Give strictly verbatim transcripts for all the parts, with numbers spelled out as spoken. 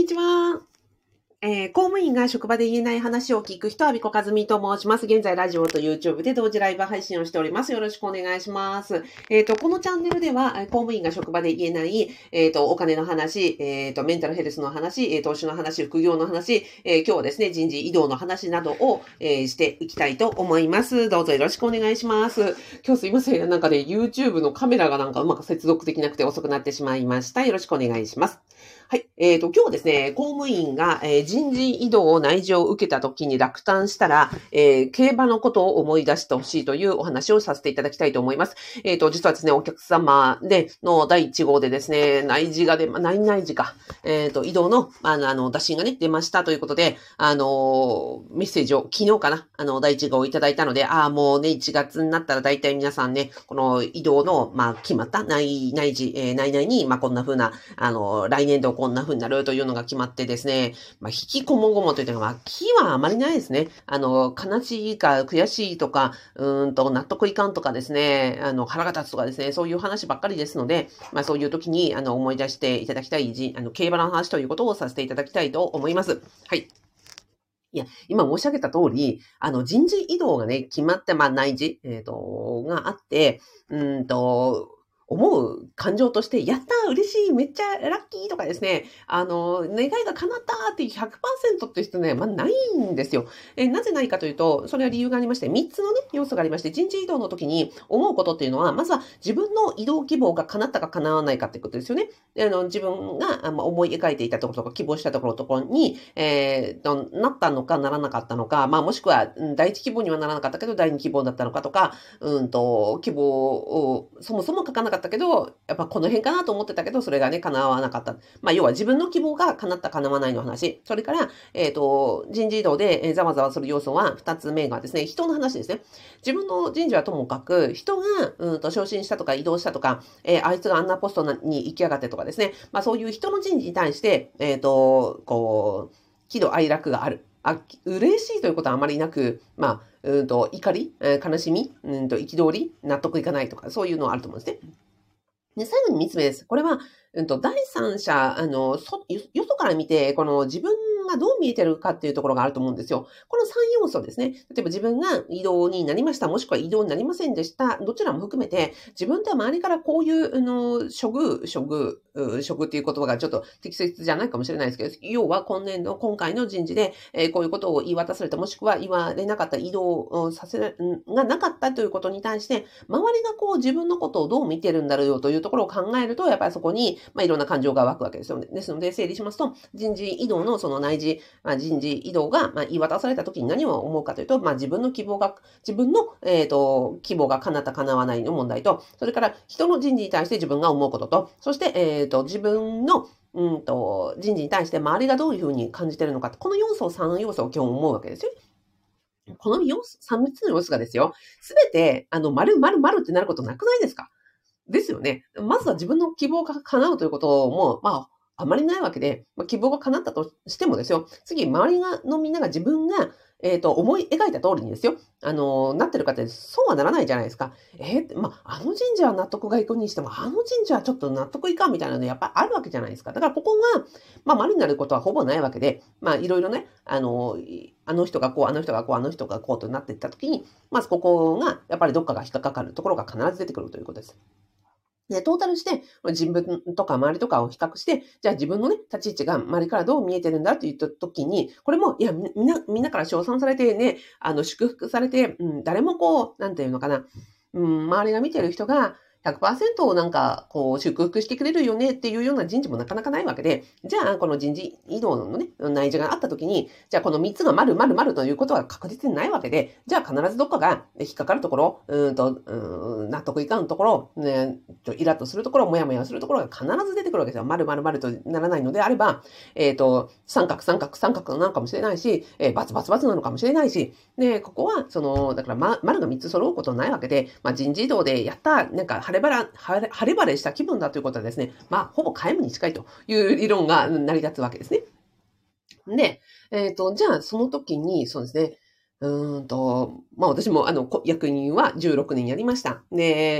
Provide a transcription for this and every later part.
にちは。えー、公務員が職場で言えない話を聞く人は、びこかずみと申します。現在、ラジオと YouTube で同時ライブ配信をしております。よろしくお願いします。えっ、と、このチャンネルでは、公務員が職場で言えない、えっ、と、お金の話、えっ、と、メンタルヘルスの話、えー投資の話、副業の話、えー今日はですね、人事異動の話などを、えーしていきたいと思います。どうぞよろしくお願いします。今日すいません。なんかね、YouTube のカメラがなんかうまく接続できなくて遅くなってしまいました。よろしくお願いします。はい。えっ、と、今日はですね、公務員が、えー人事異動を内示を受けた時に落胆したら、えー競馬のことを思い出してほしいというお話をさせていただきたいと思います。えっ、と、実はですね、お客様でのだいいち号でですね、内示が出ま、内内示か、えっ、と、異動の、あの、あの打診がね、出ましたということで、あのーメッセージを昨日かな、あの、だいいち号をいただいたので、ああ、もうね、いちがつになったら大体皆さんね、この異動の、まあ、決まった内、内示、えー内々に、まあ、こんな風な、あの、来年度こんな風になるというのが決まってですね、まあ、引きこもごもというのは、まあ、気はあまりないですね。あの、悲しいか悔しいとか、うーんと、納得いかんとかですね、あの、腹が立つとかですね、そういう話ばっかりですので、まあ、そういう時に、あの、思い出していただきたい、じあの、競馬の話ということをさせていただきたいと思います。はい。いや、今申し上げた通り、あの、人事異動がね、決まって、まあ、内示、えっ、と、があって、うーんと、思う感情として、やったー嬉しいめっちゃラッキーとかですね、あの、願いが叶ったーっていうひゃくパーセントっていう人ね、まあ、ないんですよ。えーなぜないかというと、それは理由がありまして、みっつのね、要素がありまして、人事異動の時に思うことっていうのは、まずは自分の移動希望が叶ったか叶わないかっていうことですよね。であの、自分があまあ思い描いていたところとか、希望したところところに、えーと、なったのかならなかったのか、まあ、もしくは、うん第一希望にはならなかったけど、第二希望だったのかとか、うんと、希望をそもそも書かなかったけど、やっぱこの辺かなと思ってたけど、それがね、叶わなかった。まあ、要は自分の希望が叶った叶わないの話。それから、えっ、と、人事異動で、えーざわざわする要素は、二つ目がですね、人の話ですね。自分の人事はともかく、人が、うんと、昇進したとか移動したとか、えーあいつがあんなポストに行きやがってとかですね、まあそういう人の人事に対して、えっ、と、こう、喜怒哀楽がある。あ、嬉しいということはあまりなく、まあ、うんと、怒り、えー悲しみ、うんと、憤り、納得いかないとか、そういうのはあると思うんですね。で、最後にみっつめです。これは、うんと、第三者、あの、そ、よよそから見て、この自分がどう見えてるかっていうところがあると思うんですよ。このさん要素ですね。例えば自分が移動になりました、もしくは移動になりませんでした。どちらも含めて、自分では周りからこういう、あの、処遇、処遇、う処遇っていう言葉がちょっと適切じゃないかもしれないですけど、要は今年度、今回の人事で、えーこういうことを言い渡された、もしくは言われなかった、移動をさせる、んがなかったということに対して、周りがこう自分のことをどう見てるんだろうというところを考えると、やっぱりそこに、まあ、いろんな感情が湧くわけですよね。ですので、整理しますと、人事異動のその内示、まあ、人事異動が、まあ、言い渡された時に何を思うかというと、まあ、自分の希望が、自分の、えっ、と、希望が叶った叶わないの問題と、それから人の人事に対して自分が思うことと、そして、えっ、と、自分のうんと、人事に対して周りがどういうふうに感じてるのか、この要素をさん要素を基本思うわけですよ。この要素、さんつの要素がですよ、すべて、あの、丸、丸、丸ってなることなくないですか？ですよね。まずは自分の希望が叶うということも、まあ、あまりないわけで、まあ、希望が叶ったとしてもですよ、次、周りがのみんなが自分が、えっ、と、思い描いた通りにですよ、あの、なってるかって、そうはならないじゃないですか。えーまあ、あの神社は納得がいくにしても、あの神社はちょっと納得いかんみたいなのやっぱあるわけじゃないですか。だからここが、まあ、丸になることはほぼないわけで、まあ、いろいろね、あの、あの人がこう、あの人がこう、あの人がこうとなっていったときに、まずここが、やっぱりどっかが引っかかるところが必ず出てくるということです。で、トータルして、自分とか周りとかを比較して、じゃあ自分のね、立ち位置が周りからどう見えてるんだって言った時に、これも、いや、みんな、みんなから称賛されてね、あの、祝福されて、うん、誰もこう、なんていうのかな、うん、周りが見てる人が、ひゃくパーセントをなんか、こう、祝福してくれるよねっていうような人事もなかなかないわけで、じゃあ、この人事異動のね、内示があった時に、じゃあこのみっつが丸々丸ということは確実にないわけで、じゃあ必ずどっかが引っかかるところ、うーんと、うーん納得いかんところ、ね、イラッとするところ、もやもやするところが必ず出てくるわけですよ。丸々丸とならないのであれば、えっ、と、三角三角三角なのかもしれないし、えー、バツバツバツなのかもしれないし、で、ここは、その、だから、ま、丸がみっつ揃うことはないわけで、まあ、人事異動でやった、なんか、晴れ晴れ、晴れ晴れ晴れした気分だということはですね、まあ、ほぼ皆無に近いという理論が成り立つわけですね。で、えっ、と、じゃあ、その時に、そうですね、うーんと、まあ私も、あの、こ役人はじゅうろくねんやりました。で、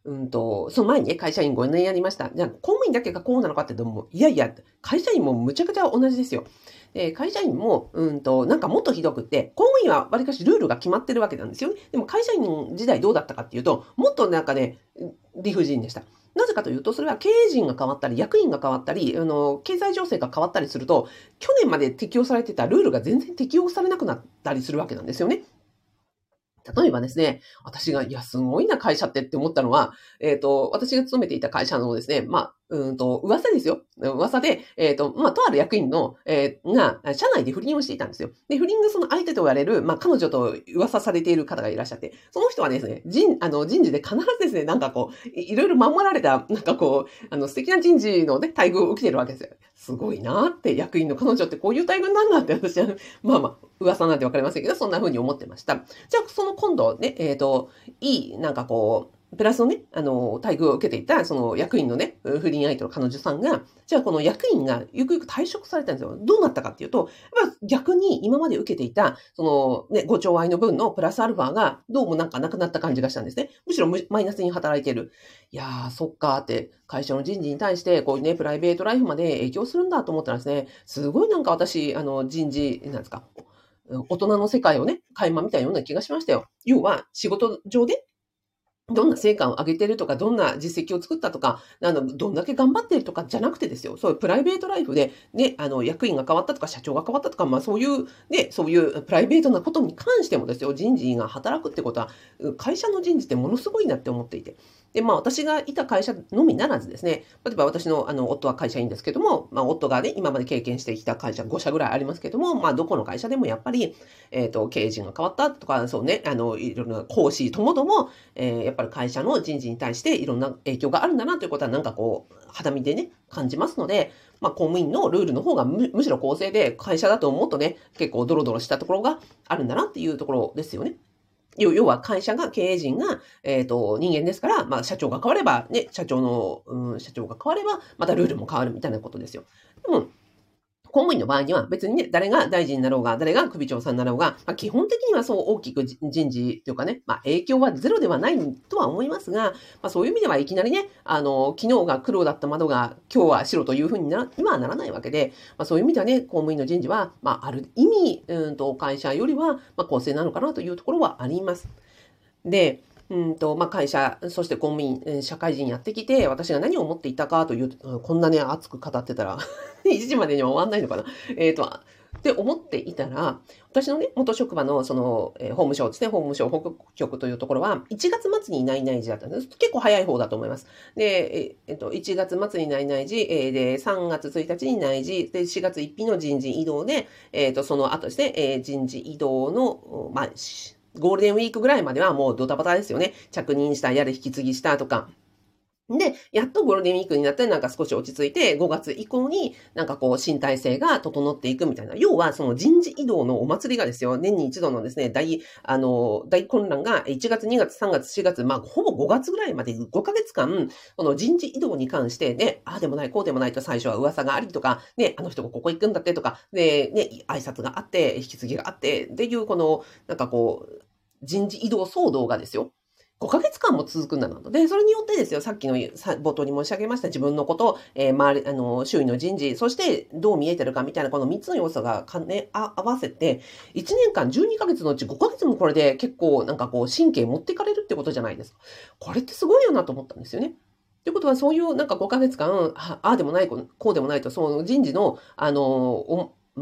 うんと、その前にね、会社員ごねんやりました。じゃあ、公務員だけがこうなのかって言うと、もういやいや、会社員もむちゃくちゃ同じですよ。で、会社員も、うんと、なんかもっとひどくって、公務員はわりかしルールが決まってるわけなんですよね。でも会社員時代どうだったかっていうと、もっとなんかね、理不尽でした。なぜかというと、それは経営陣が変わったり、役員が変わったり、あの、経済情勢が変わったりすると、去年まで適用されてたルールが全然適用されなくなったりするわけなんですよね。例えばですね、私が、いや、すごいな会社ってって思ったのは、えっ、と、私が勤めていた会社のですね、まあ、うんと、噂ですよ。噂で、えっ、と、まあ、とある役員の、えーが、社内で不倫をしていたんですよ。で、不倫のその相手と言われる、まあ、彼女と噂されている方がいらっしゃって、その人はですね、人、あの、人事で必ずですね、なんかこう、いいろいろ守られた、なんかこう、あの、素敵な人事のね、待遇を受けてるわけですよ。すごいなって、役員の彼女ってこういう待遇なんだって私は、まあまあ、噂なんてわかりませんけど、そんな風に思ってました。じゃあ、その今度ね、えっ、と、いい、なんかこう、プラスのね、あの、待遇を受けていた、その役員のね、不倫相手の彼女さんが、じゃあこの役員がゆくゆく退職されたんですよ。どうなったかっていうと、やっぱ逆に今まで受けていた、そのね、ごちょう愛の分のプラスアルファが、どうもなんかなくなった感じがしたんですね。むしろマイナスに働いている。いやー、そっかーって、会社の人事に対して、こういうね、プライベートライフまで影響するんだと思ったらですね、すごいなんか私、あの、人事、なんですか、大人の世界をね、垣間見たような気がしましたよ。要は、仕事上で、どんな成果を上げてるとか、どんな実績を作ったとか、あの、どんだけ頑張ってるとかじゃなくてですよ。そういうプライベートライフで、ね、あの、役員が変わったとか、社長が変わったとか、まあそういう、ね、そういうプライベートなことに関してもですよ、人事が働くってことは、会社の人事ってものすごいなって思っていて。で、まあ私がいた会社のみならずですね、例えば私の、あの、夫は会社員ですけども、まあ夫がね、今まで経験してきた会社ごしゃぐらいありますけども、まあどこの会社でもやっぱり、えっ、と、経営陣が変わったとか、そうね、あの、いろんな講師ともども、えーやっぱり会社の人事に対していろんな影響があるんだなということはなんかこう、肌身でね、感じますので、まあ公務員のルールの方がむむしろ公正で、会社だともっとね、結構ドロドロしたところがあるんだなっていうところですよね。要要は会社が、経営陣が、えっ、と、人間ですから、まあ社長が変われば、ね、社長の、うん、社長が変われば、またルールも変わるみたいなことですよ。でも、公務員の場合には別にね、誰が大臣になろうが、誰が首長さんになろうが、まあ、基本的にはそう大きく人事というかね、まあ、影響はゼロではないとは思いますが、まあ、そういう意味ではいきなりね、あの、昨日が黒だった窓が今日は白というふうにな今はならないわけで、まあ、そういう意味ではね、公務員の人事は、まあ、ある意味、うんと会社よりは、まあ、公正なのかなというところはあります。で、うんと、まあ、会社、そして公務員、社会人やってきて、私が何を思っていたかという、こんなね、熱く語ってたらいちじまでには終わんないのかな。えっ、と、って思っていたら、私のね、元職場の、その、えー、法務省ですね、法務省報告局というところは、いちがつ末に内々時だったんです。結構早い方だと思います。で、えっ、と、いちがつ末に内々時、えー、で、さんがつついたちに内時、で、しがつついたちの人事異動で、えっ、と、その後ですね、えー、人事異動の、まあ、ゴールデンウィークぐらいまではもうドタバタですよね。着任した、やれ引き継ぎしたとか。で、やっとゴールデンウィークになってなんか少し落ち着いて、ごがつ以降になんかこう身体性が整っていくみたいな。要はその人事異動のお祭りがですよ、年に一度のですね、大、あの、大混乱がいちがつ、にがつ、さんがつ、しがつ、まあほぼごがつぐらいまでごかげつかん、この人事異動に関してね、ああでもない、こうでもないと最初は噂がありとか、ね、あの人がここ行くんだってとか、で、ね、挨拶があって、引き継ぎがあって、っていうこの、なんかこう、人事異動騒動がですよ。ごかげつかんも続くんだなと。で、それによってですよ、さっきの冒頭に申し上げました自分のこと、えー、周り、あの、周囲の人事、そしてどう見えてるかみたいなこのみっつの要素がかね、あ合わせて、いちねんかんじゅうにかげつのうちごかげつもこれで結構なんかこう神経持ってかれるってことじゃないですか。これってすごいよなと思ったんですよね。ということは、そういうなんかごかげつかん、ああでもない、こうでもないと、その人事の、あの、うん、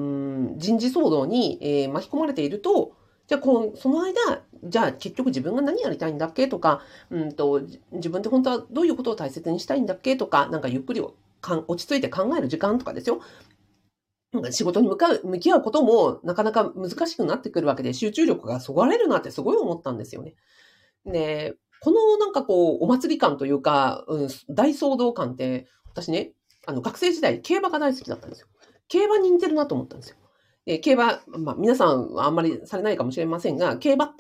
人事騒動に、えー、巻き込まれていると、じゃあこう、その間、じゃあ結局自分が何やりたいんだっけとか、うんと、自分って本当はどういうことを大切にしたいんだっけとか、なんかゆっくりかん落ち着いて考える時間とかですよ。なんか仕事に向かう、向き合うこともなかなか難しくなってくるわけで、集中力がそがれるなってすごい思ったんですよね。で、このなんかこう、お祭り感というか、うん、大騒動感って、私ね、あの、学生時代、競馬が大好きだったんですよ。競馬に似てるなと思ったんですよ。で競馬、まあ、皆さんはあんまりされないかもしれませんが、競馬って、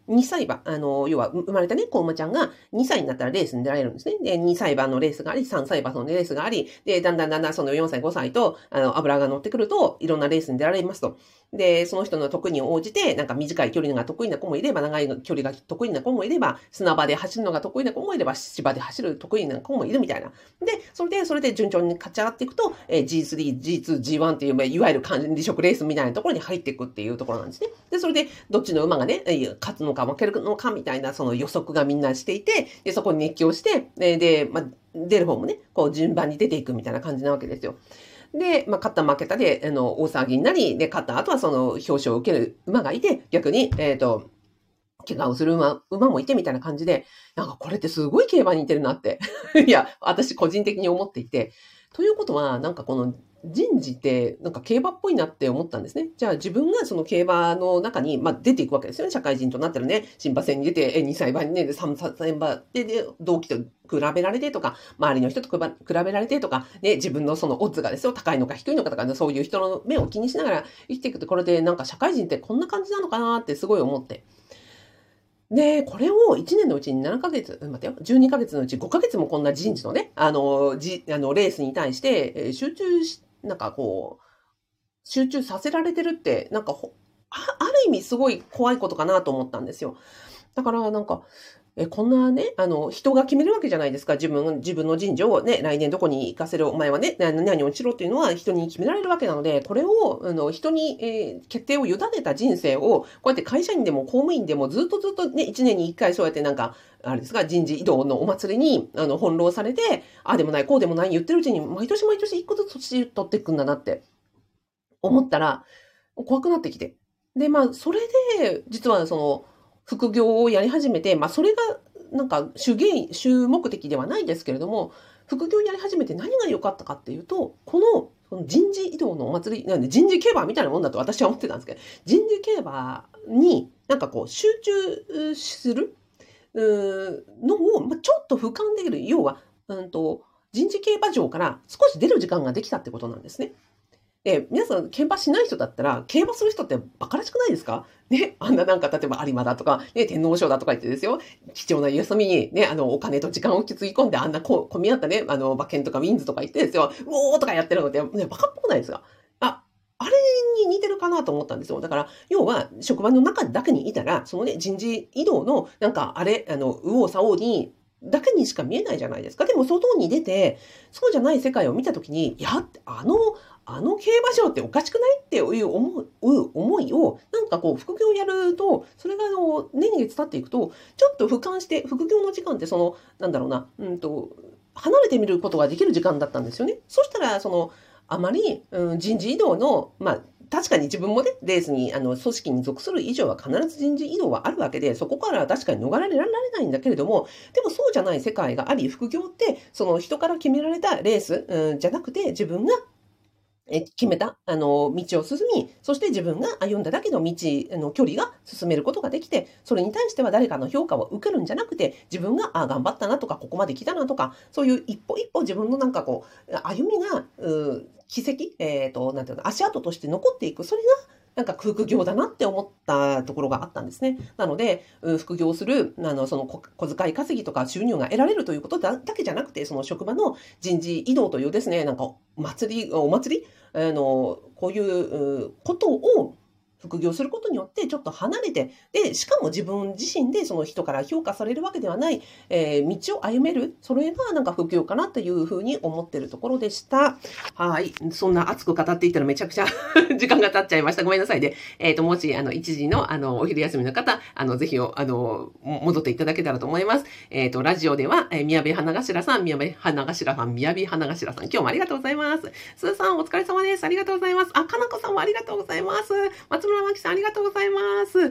にさい馬、あの、要は生まれたね、子馬ちゃんがにさいになったらレースに出られるんですね。で、にさい馬のレースがあり、さんさい馬のレースがあり、で、だんだんだんだんそのよんさい、ごさいと、あの、脂が乗ってくると、いろんなレースに出られますと。で、その人の得意に応じて、なんか短い距離が得意な子もいれば、長い距離が得意な子もいれば、砂場で走るのが得意な子もいれば、芝で走る得意な子もいるみたいな。で、それで、それで順調に勝ち上がっていくと、えー、ジースリー、ジーツー、ジーワン っていう、いわゆる管理職レースみたいなところに入っていくっていうところなんですね。で、それで、どっちの馬がね、勝つのか負けるのかみたいな、その予測がみんなしていて、で、そこに熱狂して、で、でまあ、出る方もね、こう順番に出ていくみたいな感じなわけですよ。で、まあ、勝った負けたで、あの、大騒ぎになり、で、勝った後はその表彰を受ける馬がいて、逆に、えっと、怪我をする馬、馬もいてみたいな感じで、なんかこれってすごい競馬に似てるなって。いや、私個人的に思っていて。ということは、なんかこの人事ってなんか競馬っぽいなって思ったんですね。じゃあ自分がその競馬の中に、まあ、出ていくわけですよね。社会人となったらね、新馬戦に出て、にさい馬にね、さんさい馬で、で、同期と比べられてとか、周りの人と比べられてとか、ね、自分のそのオッズがですよ、高いのか低いのかとか、ね、そういう人の目を気にしながら生きていくと、これでなんか社会人ってこんな感じなのかなってすごい思って。で、これをいちねんのうちにななかげつ、待ってよ、じゅうにかげつのうちごかげつもこんな人事のね、あの、じ、あの、レースに対して、えー集中し、なんかこう、集中させられてるって、なんかほ、あある意味すごい怖いことかなと思ったんですよ。だからなんか、え、こんなね、あの、人が決めるわけじゃないですか。自分、自分の人事をね、来年どこに行かせる、お前はね、な何をしろっていうのは人に決められるわけなので、これを、あの、人に、えー決定を委ねた人生を、こうやって会社員でも公務員でもずっとずっとね、いちねんにいっかいそうやってなんか、あれですか、人事異動のお祭りに、あの、翻弄されて、ああでもない、こうでもない言ってるうちに、毎年毎年一個ずつ年取っていくんだなって思ったら、怖くなってきて。で、まあ、それで、実はその、副業をやり始めて、まあ、それが、なんか、主原因、主目的ではないですけれども、副業をやり始めて何が良かったかっていうと、この、この人事異動のお祭り、なんで人事競馬みたいなもんだと私は思ってたんですけど、人事競馬になんかこう集中するのを、まあ、ちょっと俯瞰できる。要は、うんと、人事競馬場から少し出る時間ができたってことなんですね。で、皆さん、競馬しない人だったら、競馬する人って馬鹿らしくないですかね、あんななんか、例えば有馬だとか、ね、天皇賞だとか言ってですよ、貴重な休みにね、あの、お金と時間をつぎ込んで、あんなこ混み合ったね、あの、馬券とかウィンズとか言ってですよ、うおーとかやってるのって、ね、馬鹿っぽくないですかあ、あれに似てるかなと思ったんですよ。だから、要は、職場の中だけにいたら、そのね、人事異動の、なんか、あれ、あの、右往左往に、だけにしか見えないじゃないですか。でも、外に出て、そうじゃない世界を見たときに、いや、あの、あの競馬場っておかしくないっていう思う思いを、なんかこう、副業をやると、それがあの、年月経っていくと、ちょっと俯瞰して、副業の時間ってその、なんだろうな、うんと、離れてみることができる時間だったんですよね。そしたら、その、あまり、うん、人事異動の、まあ、確かに自分もね、レースに、あの、組織に属する以上は必ず人事異動はあるわけで、そこからは確かに逃れられないんだけれども、でもそうじゃない世界があり、副業って、その人から決められたレース、うん、じゃなくて、自分がえ決めた、あの、道を進み、そして自分が歩んだだけの道の距離が進めることができて、それに対しては誰かの評価を受けるんじゃなくて、自分が、あ、頑張ったなとか、ここまで来たなとか、そういう一歩一歩自分のなんかこう、歩みが、う軌跡、えっと、なんていうの、足跡として残っていく。それが、なんか副業だなって思ったところがあったんですね。なので、う副業する、あの、そのこ小遣い稼ぎとか収入が得られるということだだけじゃなくて、その職場の人事異動というですね、なんか、祭り、お祭りあの、こういううことを副業することによって、ちょっと離れて、で、しかも自分自身でその人から評価されるわけではない、えー道を歩める、それがなんか副業かなというふうに思っているところでした。はい。そんな熱く語っていたらめちゃくちゃ時間が経っちゃいました。ごめんなさいね。えっと、もし、あの、いちじの、あの、お昼休みの方、あの、ぜひ、あの、戻っていただけたらと思います。えっと、ラジオでは、えー、宮部花頭さん、宮部花頭さん、宮部花頭さん、今日もありがとうございます。スーさん、お疲れ様です。ありがとうございます。あ、かなこさんもありがとうございます。松村真希さん、ありがとうございます。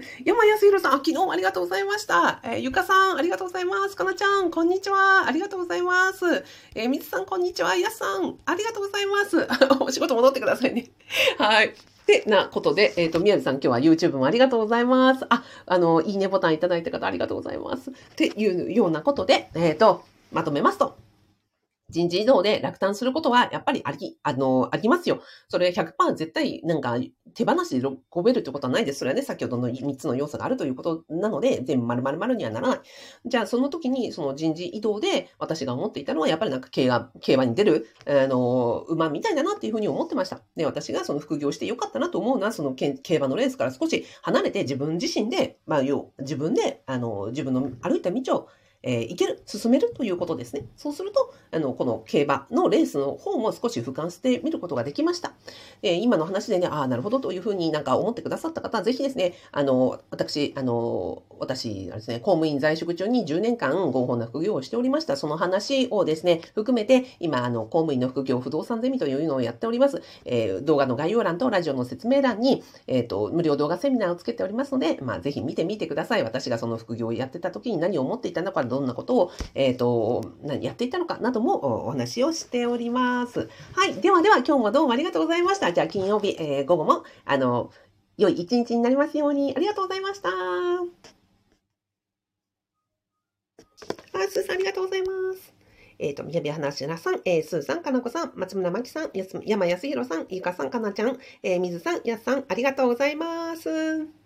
山安弘さん、あ、昨日もありがとうございました。えー、ゆかさん、ありがとうございます。かなちゃん、こんにちは。ありがとうございます。えー、みつさん、こんにちは。やすさん、ありがとうございます。お仕事戻ってくださいね。はい。で、なことで、えっと、宮地さん、今日は YouTube もありがとうございます。あ、あの、いいねボタンいただいた方ありがとうございます。っていうようなことで、えっと、まとめますと。 人事異動で落胆することはやっぱりあり、あの、ありますよ。それひゃくパーセント絶対なんか手放しで喜べるってことはないです。それはね、先ほどのみっつの要素があるということなので、全部丸々丸にはならない。じゃあその時にその人事異動で私が思っていたのはやっぱりなんか競馬、競馬に出る、あの、馬みたいだなっていうふうに思ってました。で、私がその副業してよかったなと思うのは、その競馬のレースから少し離れて自分自身で、まあ、要、自分で、あの、自分の歩いた道をえー、いける、進めるということですね。そうすると、あの、この競馬のレースの方も少し俯瞰してみることができました。えー、今の話でね、ああ、なるほどというふうになんか思ってくださった方は、ぜひですね、あの、私、あの、私、あれですね、公務員在職中にじゅうねんかん合法な副業をしておりました。その話をですね、含めて、今、あの、公務員の副業不動産ゼミというのをやっております。えー、動画の概要欄とラジオの説明欄に、えっ、と、無料動画セミナーをつけておりますので、まあ、ぜひ見てみてください。私がその副業をやってた時に何を思っていたのか、どんなことを、えっ、と、何やっていたのかなどもお話をしております。はい。ではでは、今日もどうもありがとうございました。じゃあ、金曜日、えー、午後も、あの、良い一日になりますように。ありがとうございました。あ、スーさんありがとうございます。えっ、と、みやびはなしらさん、えー、スーさん、かなこさん、松村まきさん、やす山康弘さん、ゆかさん、かなちゃん、えー、みずさん、やすさん、ありがとうございます。